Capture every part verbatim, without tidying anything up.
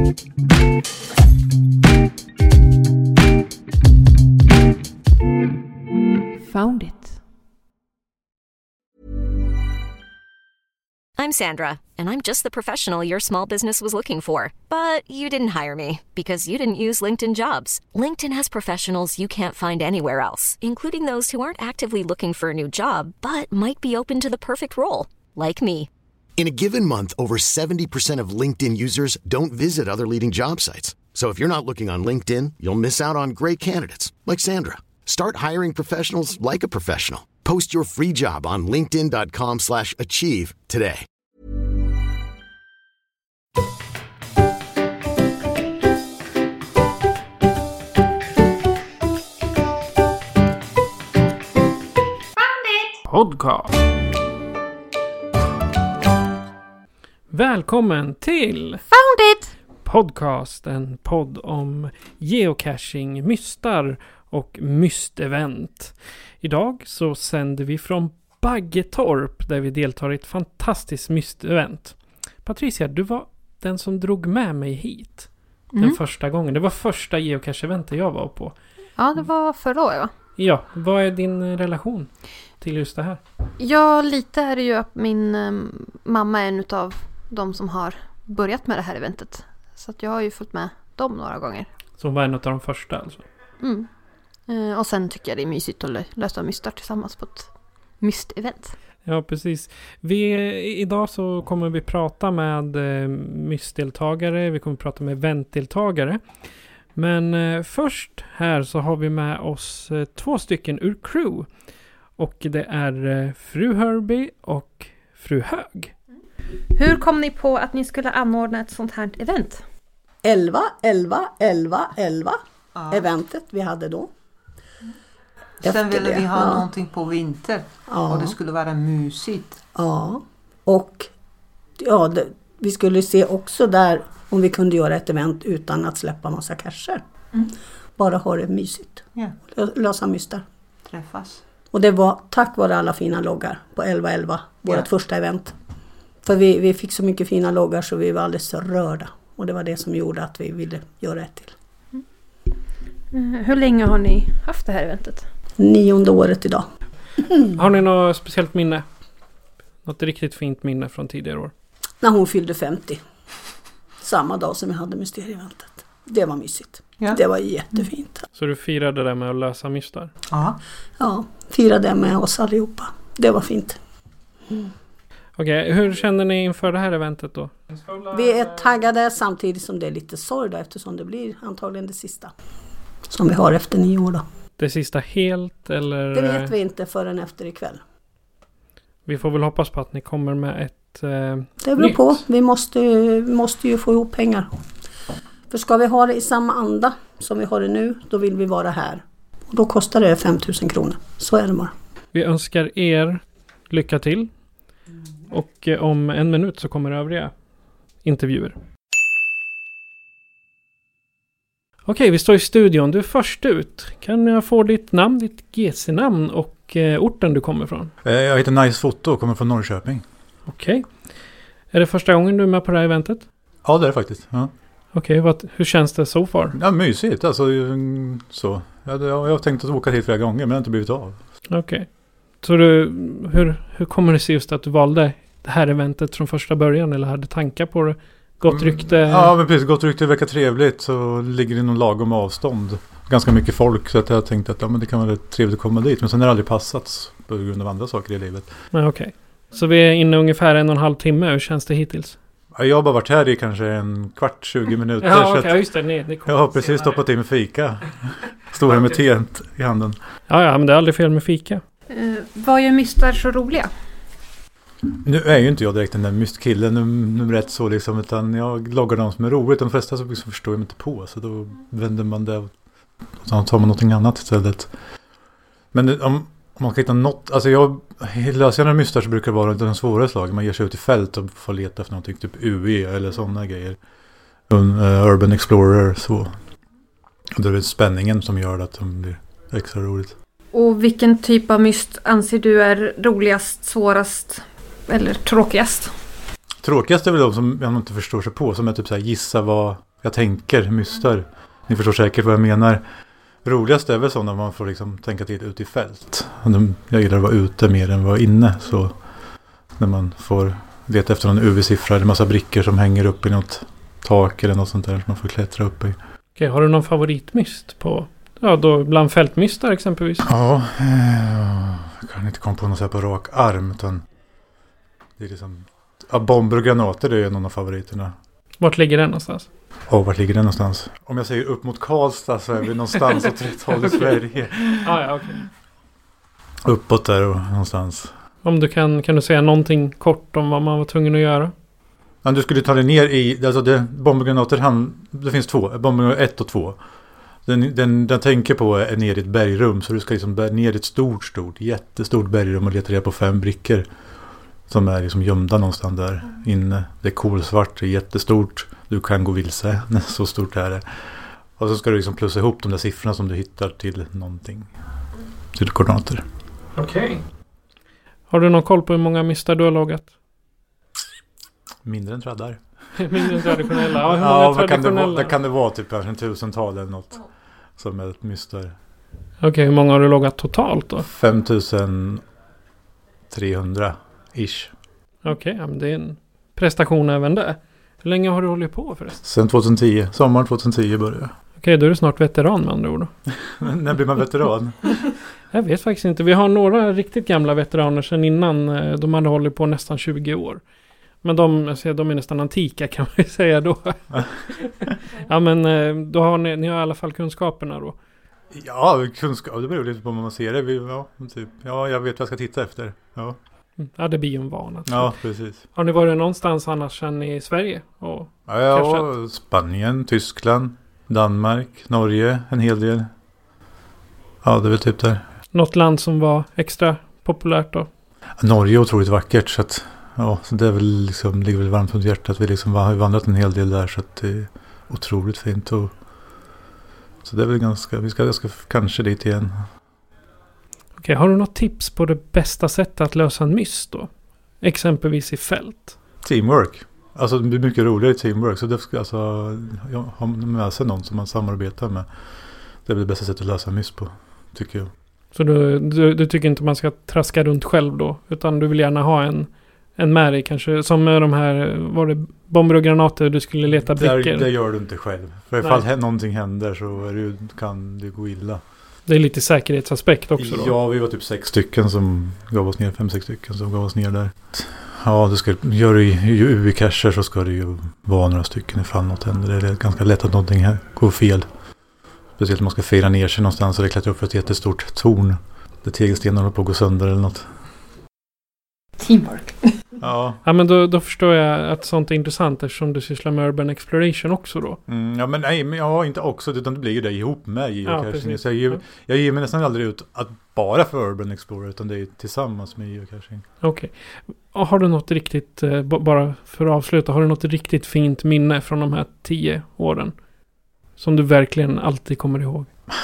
Found it. I'm Sandra, and I'm just the professional your small business was looking for. But you didn't hire me because you didn't use LinkedIn Jobs. LinkedIn has professionals you can't find anywhere else, including those who aren't actively looking for a new job, but might be open to the perfect role, like me. In a given month, over seventy percent of LinkedIn users don't visit other leading job sites. So if you're not looking on LinkedIn, you'll miss out on great candidates like Sandra. Start hiring professionals like a professional. Post your free job on linkedin dot com slash achieve today. Podcast. Välkommen till Found it! Podcast, en podd om geocaching, mystar och mystevent. Idag så sänder vi från Baggetorp där vi deltar i ett fantastiskt mystevent. Patricia, du var den som drog med mig hit den mm. första gången. Det var första geocache-eventet jag var på. Ja, det var förra året, va? Ja, vad är din relation till just det här? Ja, lite är det ju att min um, mamma är en av de som har börjat med det här eventet. Så att jag har ju följt med dem några gånger. Så hon var en av de första alltså? Mm. Uh, och sen tycker jag det är mysigt att lö- lösa mystar tillsammans på ett mystevent. Ja, precis. Vi, idag så kommer vi prata med eh, mystdeltagare. Vi kommer prata med eventdeltagare. Men eh, först här så har vi med oss eh, två stycken ur crew. Och det är eh, fru Herbie och fru Hög. Hur kom ni på att ni skulle anordna ett sånt här event? elva, elva, elva, elva ja. Eventet vi hade då. Efter Sen ville det. vi ha ja. någonting på vinter ja. och det skulle vara mysigt. Ja, och ja, det, vi skulle se också där om vi kunde göra ett event utan att släppa massa cacher. Mm. Bara ha det mysigt. Ja. Lösa mystar. Träffas. Och det var tack vare alla fina loggar på elva elva, vårt ja. första event. För vi, vi fick så mycket fina loggar så vi var alldeles rörda. Och det var det som gjorde att vi ville göra ett till. Mm. Hur länge har ni haft det här eventet? Nionde året idag. Mm. Har ni något speciellt minne? Något riktigt fint minne från tidigare år? När hon fyllde femtio. Samma dag som jag hade mysterieeventet. Det var mysigt. Ja. Det var jättefint. Så du firade det med att lösa mystar? Ja. Ja, firade med oss allihopa. Det var fint. Mm. Okej, okay, hur känner ni inför det här eventet då? Vi är taggade samtidigt som det är lite sorg då, eftersom det blir antagligen det sista. Som vi har efter nio år då. Det sista helt eller? Det vet vi inte förrän efter ikväll. Vi får väl hoppas på att ni kommer med ett eh, Det beror nytt. på. Vi måste, vi måste ju få ihop pengar. För ska vi ha det i samma anda som vi har det nu, då vill vi vara här. Och då kostar det fem tusen kronor. Så är det bara. Vi önskar er lycka till. Och eh, om en minut så kommer övriga intervjuer. Okej, vi står i studion. Du är först ut. Kan jag få ditt namn, ditt G C-namn och eh, orten du kommer från? Jag heter Nice Foto och kommer från Norrköping. Okej. Är det första gången du är med på det här eventet? Ja, det är det faktiskt. Ja. Okej, vad, hur känns det so far? Ja, mysigt. Alltså, så. Jag, jag har tänkt att åka hit flera gånger, men det har inte blivit av. Okej. Så du, hur, hur kommer det sig just att du valde det här eventet från första början? Eller hade tankar på det? Gott rykte? Mm, ja, men precis. Gott rykte verkar trevligt. Så ligger det inom lagom avstånd. Ganska mycket folk. Så att jag tänkte att ja, men det kan vara trevligt att komma dit. Men sen har det aldrig passat på grund av andra saker i livet. Ja, okej. Så vi är inne ungefär en och en halv timme. Hur känns det hittills? Ja, jag har bara varit här i kanske en kvart, tjugo minuter. Ja, okej. Okay, just det. Ni, ni jag har precis stoppat in med fika. Står här med teet i handen. Ja, ja, men det är aldrig fel med fika. Uh, vad gör mystar så roliga? Nu är ju inte jag direkt den där mystkillen nummer ett så liksom, utan jag loggar dem som är roligt. De flesta så förstår jag mig inte på, så då vänder man det och så tar man någonting annat istället. Men om, om man kan hitta något, alltså jag löser några mystar så brukar det vara den svåra slag. Man ger sig ut i fält och får leta efter någonting, typ U E eller sådana grejer. Uh, Urban Explorer så. Och det är spänningen som gör att de blir extra roligt. Och vilken typ av myst anser du är roligast, svårast eller tråkigast? Tråkigast är väl de som jag inte förstår sig på. Som är typ så här, gissa vad... jag tänker mystar. Ni förstår säkert vad jag menar. Roligast är väl så när man får liksom tänka till ut i fält. Jag gillar att vara ute mer än vara inne. Så när man får leta efter någon U V-siffra eller massa brickor som hänger upp i något tak eller något sånt där som man får klättra upp i. Okej, har du någon favoritmyst på, ja då bland fältmystar exempelvis? Ja, jag kan inte komma på något så här på rak arm utan det är liksom, ja, bomber och granater det är en av favoriterna. Vart ligger den någonstans? Åh, oh, vart ligger den någonstans? Om jag säger upp mot Karlstad så är vi någonstans åt rätt håll i Sverige. Ah, ja, okay. Uppåt där och någonstans. Om du kan, kan du säga någonting kort om vad man var tvungen att göra? Ja, du skulle ta dig ner i, alltså det, bombergranater, han, det finns två, bombergranater ett och två. Den, den, den tänker på är ner i ett bergrum så du ska liksom ner i ett stort, stort, jättestort bergrum och leta reda på fem brickor. Som är liksom gömda någonstans där inne. Det är kolsvart, det är jättestort. Du kan gå vilse, så stort är det. Och så ska du liksom plussa ihop de där siffrorna som du hittar till någonting. Till koordinater. Okej. Okay. Har du någon koll på hur många mystar du har loggat? Mindre än traddar. Mindre än traditionella? Ja, hur många ja traditionella? Kan det, vara, det kan det vara typ kanske en tusental eller något. Som är ett mystar. Okej, okay, hur många har du loggat totalt då? femtusen trehundra ish. Okej, okay, ja, men det är en prestation även där. Hur länge har du hållit på förresten? Sen tjugohundratio. Sommaren tjugohundratio började jag. Okej, okay, då är du snart veteran med andra ord. När blir man veteran? Jag vet faktiskt inte. Vi har några riktigt gamla veteraner sedan innan. De hade hållit på nästan tjugo år. Men de, de är nästan antika kan man säga då. Ja, men då har ni, ni har i alla fall kunskaperna då. Ja, kunskap. Det beror lite på vad man ser det. Ja, typ. Ja, jag vet vad jag ska titta efter. Ja. Ja, det blir ju en vana. Ja, precis. Har ni varit någonstans annars än i Sverige? Och ja, ja Spanien, Tyskland, Danmark, Norge, en hel del. Ja, det är väl typ där. Något land som var extra populärt då? Norge är otroligt vackert så att ja, så det är väl liksom, ligger väl varmt runt hjärtat. Vi liksom har vandrat en hel del där så att det är otroligt fint. Och, så det är väl ganska, vi ska, jag ska kanske dit igen. Okej, har du något tips på det bästa sättet att lösa en myst då? Exempelvis i fält. Teamwork. Alltså det blir mycket roligare teamwork. Så det ska alltså ha med sig någon som man samarbetar med. Det är väl det bästa sättet att lösa en myst på, tycker jag. Så du, du, du tycker inte man ska traska runt själv då? Utan du vill gärna ha en, en med dig kanske? Som med de här, var det bomber och granater du skulle leta brickor? Det gör du inte själv. För ifall Nej. någonting händer så är det, kan det gå illa. Det är lite säkerhetsaspekt också då? Ja, vi var typ sex stycken som gav oss ner, fem, sex stycken som gav oss ner där. Ja, du ska, gör du U V-cacher så ska det ju vara några stycken ifall något händer. Det är ganska lätt att någonting här går fel. Speciellt om man ska fira ner sig någonstans och det klättrar upp för ett jättestort torn. Där tegelstenar håller på att gå sönder eller något. Teamwork. Ja. Ja, men då, då förstår jag att sånt är intressant eftersom du sysslar med urban exploration också då. Mm, ja, men nej, men jag har inte också, utan det blir ju det ihop med geocaching. Ja, så jag, ger, jag ger mig nästan aldrig ut att bara för urban explorer, utan det är tillsammans med geocaching. Okej. Okay. Har du något riktigt, bara för att avsluta, har du något riktigt fint minne från de här tio åren? Som du verkligen alltid kommer ihåg?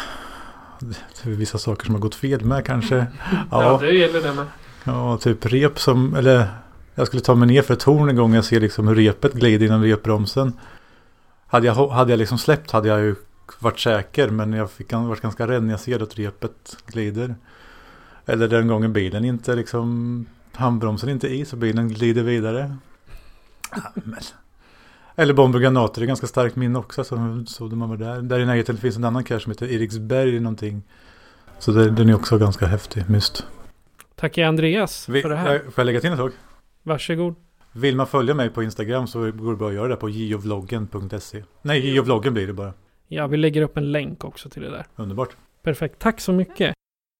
Det är vissa saker som har gått fel med kanske. Ja, ja det gäller det med. Ja, typ rep som, eller jag skulle ta mig ner för ett torn en gång. Jag ser liksom hur repet glider innan repbromsen. Hade jag, hade jag liksom släppt hade jag ju varit säker. Men jag fick varit ganska rädd när jag ser att repet glider. Eller den gången bilen inte liksom, handbromsen inte i så bilen glider vidare. Ja, men. Eller bomber och granater, det är ganska starkt minne också. Så, så man var där. Där i närheten finns en annan cache som heter Eriksberg någonting. Så det, den är också ganska häftig, myst. Tack Andreas Vi, för det här. Får jag lägga till en sak? Varsågod. Vill man följa mig på Instagram så går det bara att göra det på geovloggen punkt se. Nej, geovloggen blir det bara. Ja, vi lägger upp en länk också till det där. Underbart. Perfekt, tack så mycket.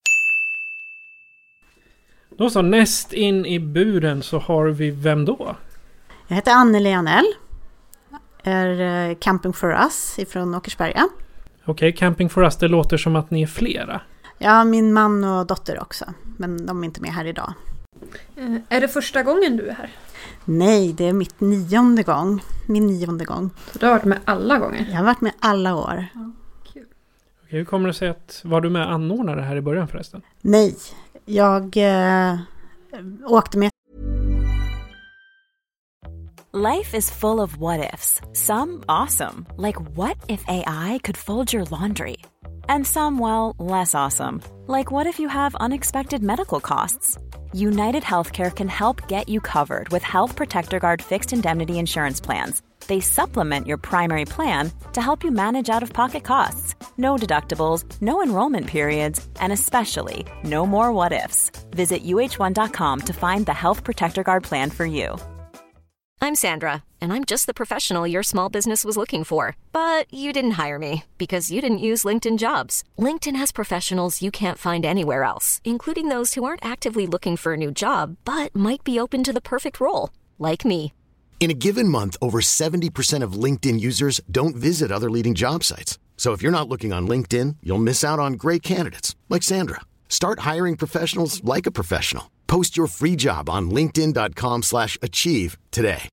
Då så, näst in i buren så har vi vem då? Jag heter Anneli Anell. Är Camping for Us ifrån Åkersberga. Okej, okay, Camping for Us, det låter som att ni är flera. Ja, min man och dotter också. Men de är inte med här idag. Eh, är det första gången du är här? Nej, det är mitt nionde gång. Min nionde gång. Så du har varit med alla gånger? Jag har varit med alla år. Ja, kul. Okej, hur kommer det sig att, var du med anordnare här i början förresten? Nej, jag eh, åkte med. Life is full of what-ifs. Some awesome, like what if A I could fold your laundry? And some, well, less awesome, like what if you have unexpected medical costs? United Healthcare can help get you covered with Health Protector Guard fixed indemnity insurance plans. They supplement your primary plan to help you manage out-of-pocket costs. No deductibles, no enrollment periods, and especially no more what-ifs. Visit U H one dot com to find the Health Protector Guard plan for you. I'm Sandra, and I'm just the professional your small business was looking for. But you didn't hire me because you didn't use LinkedIn Jobs. LinkedIn has professionals you can't find anywhere else, including those who aren't actively looking for a new job, but might be open to the perfect role, like me. In a given month, over seventy percent of LinkedIn users don't visit other leading job sites. So if you're not looking on LinkedIn, you'll miss out on great candidates like Sandra. Start hiring professionals like a professional. Post your free job on linkedin dot com slash achieve today.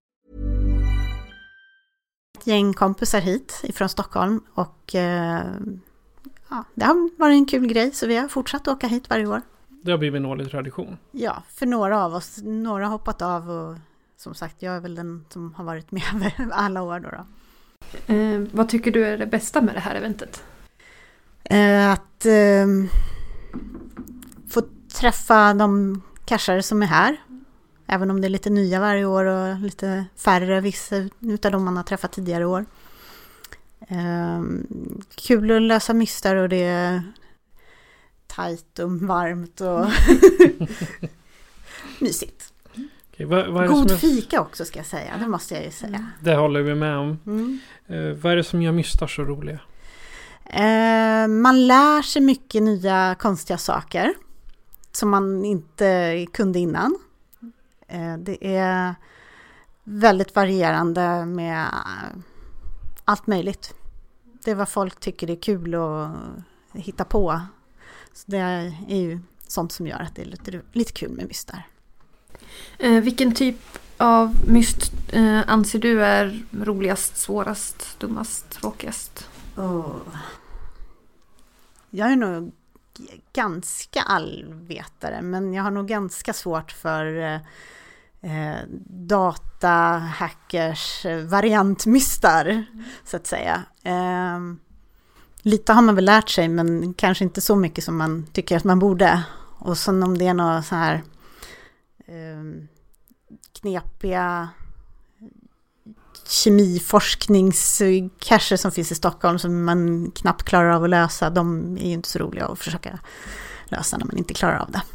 Ett gäng kompisar hit ifrån Stockholm och eh, ja, det har varit en kul grej så vi har fortsatt åka hit varje år. Det har blivit en årlig tradition. Ja, för några av oss. Några har hoppat av och som sagt, jag är väl den som har varit med alla år då. då. Eh, vad tycker du är det bästa med det här eventet? Eh, att eh, få träffa de cashare som är här. Även om det är lite nya varje år och lite färre vissa utav dem man har träffat tidigare år. Eh, kul att lösa mystar och det är tajt och varmt och mysigt. Okej, vad, vad är God det som är... fika också ska jag säga, det måste jag ju säga. Det håller vi med om. Mm. Eh, vad är det som gör mystar så roliga? Eh, man lär sig mycket nya konstiga saker som man inte kunde innan. Eh, det är väldigt varierande med allt möjligt. Det är vad folk tycker är kul att hitta på. Så det är ju sånt som gör att det är lite, lite kul med mystar. Eh, vilken typ av myst eh, anser du är roligast, svårast, dummast, tråkigast? Oh. Jag är nog ganska allvetare, men jag har nog ganska svårt för eh, data, hackers, variantmystar mm. så att säga. Eh, lite har man väl lärt sig, men kanske inte så mycket som man tycker att man borde. Och sen om det är några så här eh, knepiga kemiforskningscacher som finns i Stockholm som man knappt klarar av att lösa, de är ju inte så roliga att försöka lösa när man inte klarar av det.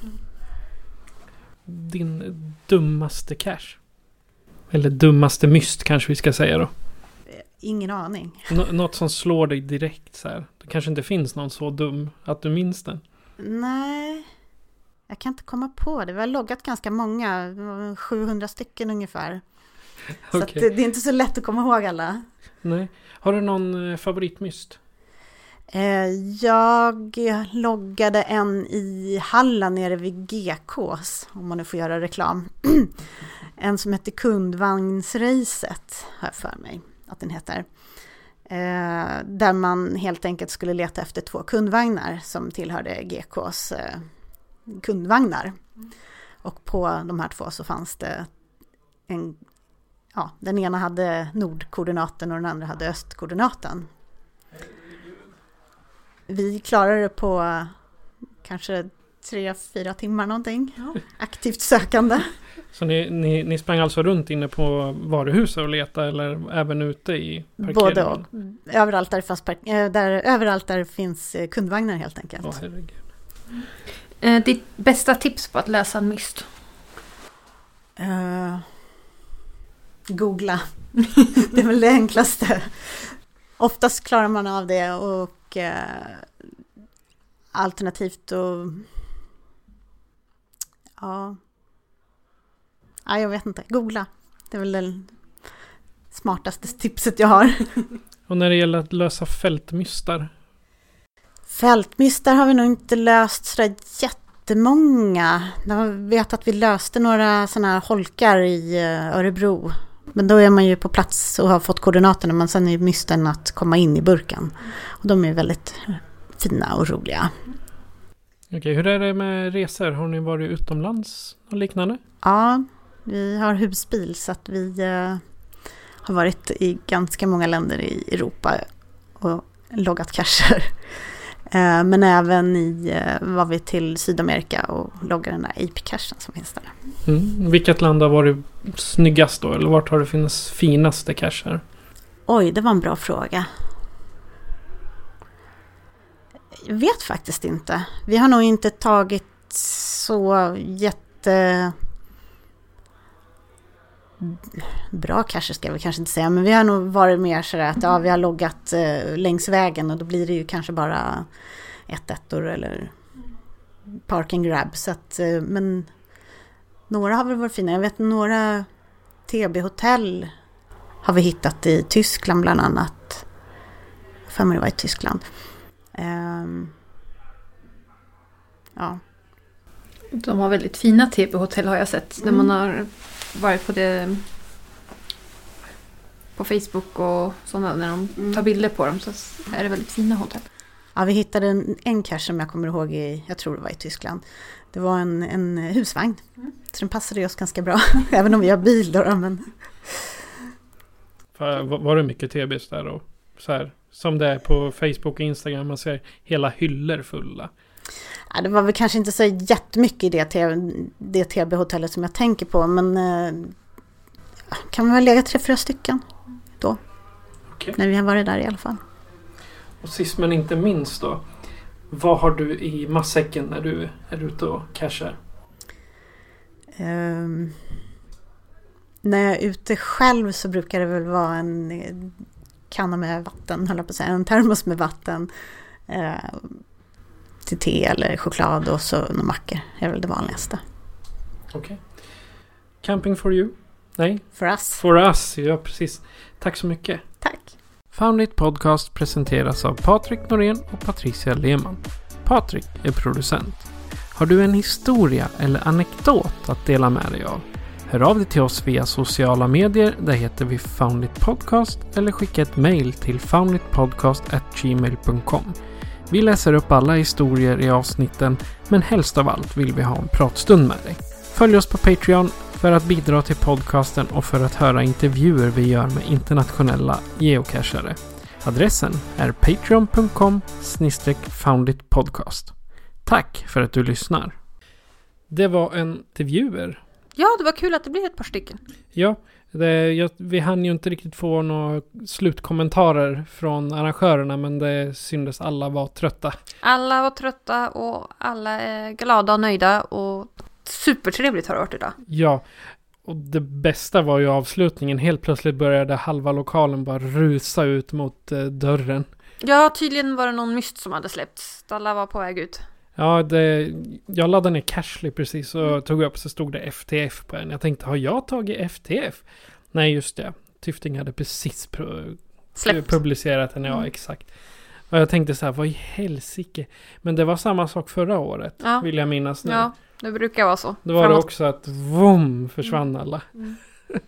Din dummaste cache? Eller dummaste myst kanske vi ska säga då? Ingen aning. Nå- något som slår dig direkt så här. Det kanske inte finns någon så dum att du minns den. Nej, jag kan inte komma på det. Vi har loggat ganska många, sjuhundra stycken ungefär. Så okay. att det, det är inte så lätt att komma ihåg alla. Nej. Har du någon eh, favoritmyst? Eh, jag loggade en i Halland nere vid G K:s, om man nu får göra reklam. En som heter Kundvagnsracet, har jag för mig att den heter. Eh, där man helt enkelt skulle leta efter två kundvagnar som tillhörde G K:s eh, kundvagnar. Och på de här två så fanns det en... Ja, den ena hade nordkoordinaten och den andra hade östkoordinaten. Vi klarade det på kanske tre, fyra timmar någonting. Ja. Aktivt sökande. Så ni, ni, ni sprang alltså runt inne på varuhuset och letade eller även ute i parkeringen? Både och. Överallt där, fast park- där, överallt där finns kundvagnar helt enkelt. Åh, herregud. Eh, ditt bästa tips på att lösa en myst? Uh, googla. Det är väl det enklaste. Oftast klarar man av det och uh, alternativt och ja. ja, jag vet inte. Googla. Det är väl det smartaste tipset jag har. Och när det gäller att lösa fältmystar? Fältmystar har vi nog inte löst så jättemånga. Jag vet att vi löste några sådana här holkar i Örebro. Men då är man ju på plats och har fått koordinaterna. Men sen är ju mysten att komma in i burken. Och de är väldigt fina och roliga. Okej, hur är det med resor? Har ni varit utomlands och liknande? Ja, vi har husbil så att vi har varit i ganska många länder i Europa och loggat cacher. Men även i, var vi till Sydamerika och loggade den där A P-cachen som finns där. Mm. Vilket land har varit snyggast då? Eller vart har det funnits finaste cacher? Oj, det var en bra fråga. Jag vet faktiskt inte. Vi har nog inte tagit så jätte bra cacher ska jag väl kanske inte säga, men vi har nog varit mer så att ja, vi har loggat eh, längs vägen och då blir det ju kanske bara ett ettor eller parking grab, så att, eh, men några har väl varit fina. Jag vet några T B-hotell har vi hittat i Tyskland bland annat. För mig det var i Tyskland. Um, ja. De har väldigt fina T B-hotell har jag sett. Mm. När man har varit på det på Facebook och sådana, när de mm. tar bilder på dem, så är det väldigt fina hotell. Ja, vi hittade en, en cache som jag kommer ihåg i, jag tror det var i Tyskland. Det var en, en husvagn. Mm. Så den passade oss ganska bra. Även om vi har bil då. Men... Var det mycket T B:s där då? Så här, som det är på Facebook och Instagram, man ser hela hyllor fulla. Ja, det var väl kanske inte så jättemycket i det, det T B-hotellet som jag tänker på, men eh, kan man väl lägga tre, fyra stycken då. Okay. När vi har varit där i alla fall. Och sist men inte minst då, vad har du i matsäcken när du är ute och cashar? Um, när jag är ute själv så brukar det väl vara en kanna med vatten, höll jag på att säga, en termos med vatten, eh, till te eller choklad och så några mackor. Det är väl det vanligaste. Okej. Okay. Camping for you? Nej? For us. For us, ja precis. Tack så mycket. Tack. Foundit Podcast presenteras av Patrik Norén och Patricia Lehmann. Patrik är producent. Har du en historia eller anekdot att dela med dig av? Hör av dig till oss via sociala medier, där heter vi Foundit Podcast, eller skicka ett mejl till founditpodcast at gmail dot com. Vi läser upp alla historier i avsnitten, men helst av allt vill vi ha en pratstund med dig. Följ oss på Patreon för att bidra till podcasten och för att höra intervjuer vi gör med internationella geocachare. Adressen är patreon dot com slash founditpodcast. Tack för att du lyssnar. Det var en intervjuer. Ja, det var kul att det blev ett par stycken. Ja, det, jag, vi hann ju inte riktigt få några slutkommentarer från arrangörerna, men det syntes alla var trötta. Alla var trötta och alla är glada och nöjda och supertrevligt har det varit idag. Ja, och det bästa var ju avslutningen. Helt plötsligt började halva lokalen bara rusa ut mot eh, dörren. Ja, tydligen var det någon myst som hade släppts. Alla var på väg ut. Ja, det, jag laddade ner Cashly precis och mm. tog upp, så stod det F T F på en. Jag tänkte, har jag tagit F T F? Nej, just det. Tyfting hade precis pro- publicerat den, ja, mm. exakt. Och jag tänkte så här, vad i helsike? Men det var samma sak förra året, ja. vill jag minnas nu. Ja, det brukar vara så. Då var Framåt. Det också att vom försvann mm. alla. Mm.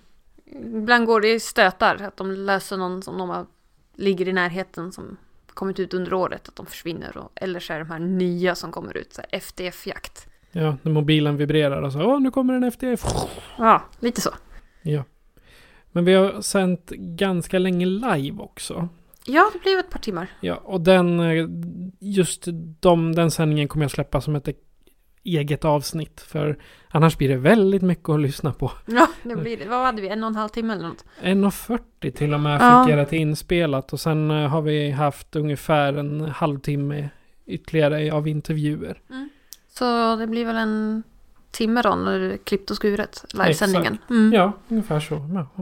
Ibland går det i stötar, att de löser någon som de har, ligger i närheten som kommit ut under året, att de försvinner. Och, eller så är de här nya som kommer ut, så här F T F-jakt. Ja, när mobilen vibrerar och så, åh, nu kommer en F T F. Ja, lite så. Ja. Men vi har sänt ganska länge live också. Ja, det blev ett par timmar. Ja, och den, just de, den sändningen kommer jag släppa som ett eget avsnitt. För annars blir det väldigt mycket att lyssna på. Ja, det blir det. Vad hade vi? En och en halv timme eller något? En och fyrtio till och med fick ja. jag det till inspelat. Och sen har vi haft ungefär en halvtimme ytterligare av intervjuer. Mm. Så det blir väl en timme då när det är klippt och skuret, livesändningen. Mm. Ja, ungefär så. Ja.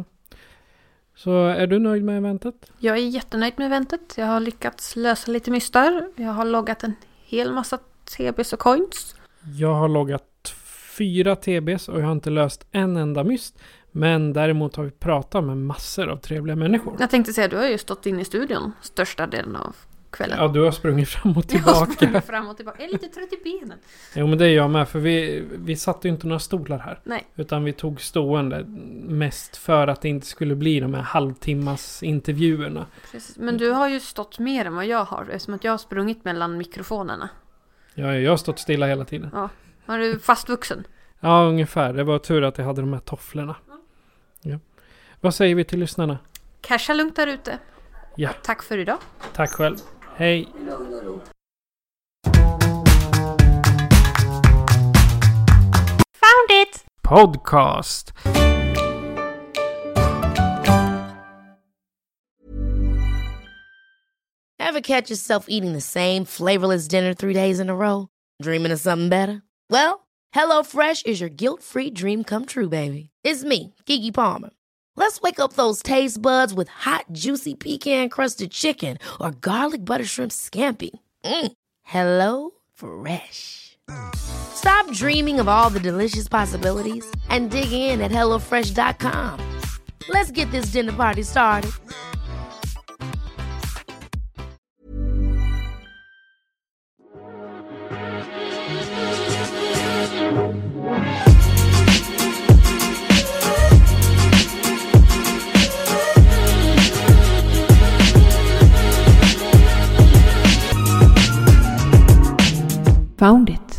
Så är du nöjd med eventet? Jag är jättenöjd med eventet. Jag har lyckats lösa lite mystar. Jag har loggat en hel massa T Bs och coins. Jag har loggat fyra T Bs och jag har inte löst en enda myst. Men däremot har vi pratat med massor av trevliga människor. Jag tänkte säga, du har ju stått inne i studion största delen av kvällen. Ja, du har sprungit fram och tillbaka. Jag har sprungit fram och tillbaka. Jag är lite trött i benen. Jo, men det är jag med. För vi, vi satte ju inte några stolar här. Nej. Utan vi tog stående mest för att det inte skulle bli de här halvtimmas intervjuerna. Precis. Men du har ju stått mer än vad jag har. Eftersom att jag har sprungit mellan mikrofonerna. Ja, jag har stått stilla hela tiden. Ja. Var du fastvuxen? Ja, ungefär. Det var tur att jag hade de här tofflorna. Ja. Ja. Vad säger vi till lyssnarna? casha lugnt där ute. Ja. Tack för idag. Tack själv. Hej. Found it! Podcast. Ever catch yourself eating the same flavorless dinner three days in a row? Dreaming of something better? Well, HelloFresh is your guilt-free dream come true, baby. It's me, Keke Palmer. Let's wake up those taste buds with hot, juicy pecan-crusted chicken or garlic butter shrimp scampi. Mm. Hello Fresh. Stop dreaming of all the delicious possibilities and dig in at hello fresh dot com. Let's get this dinner party started. Found it.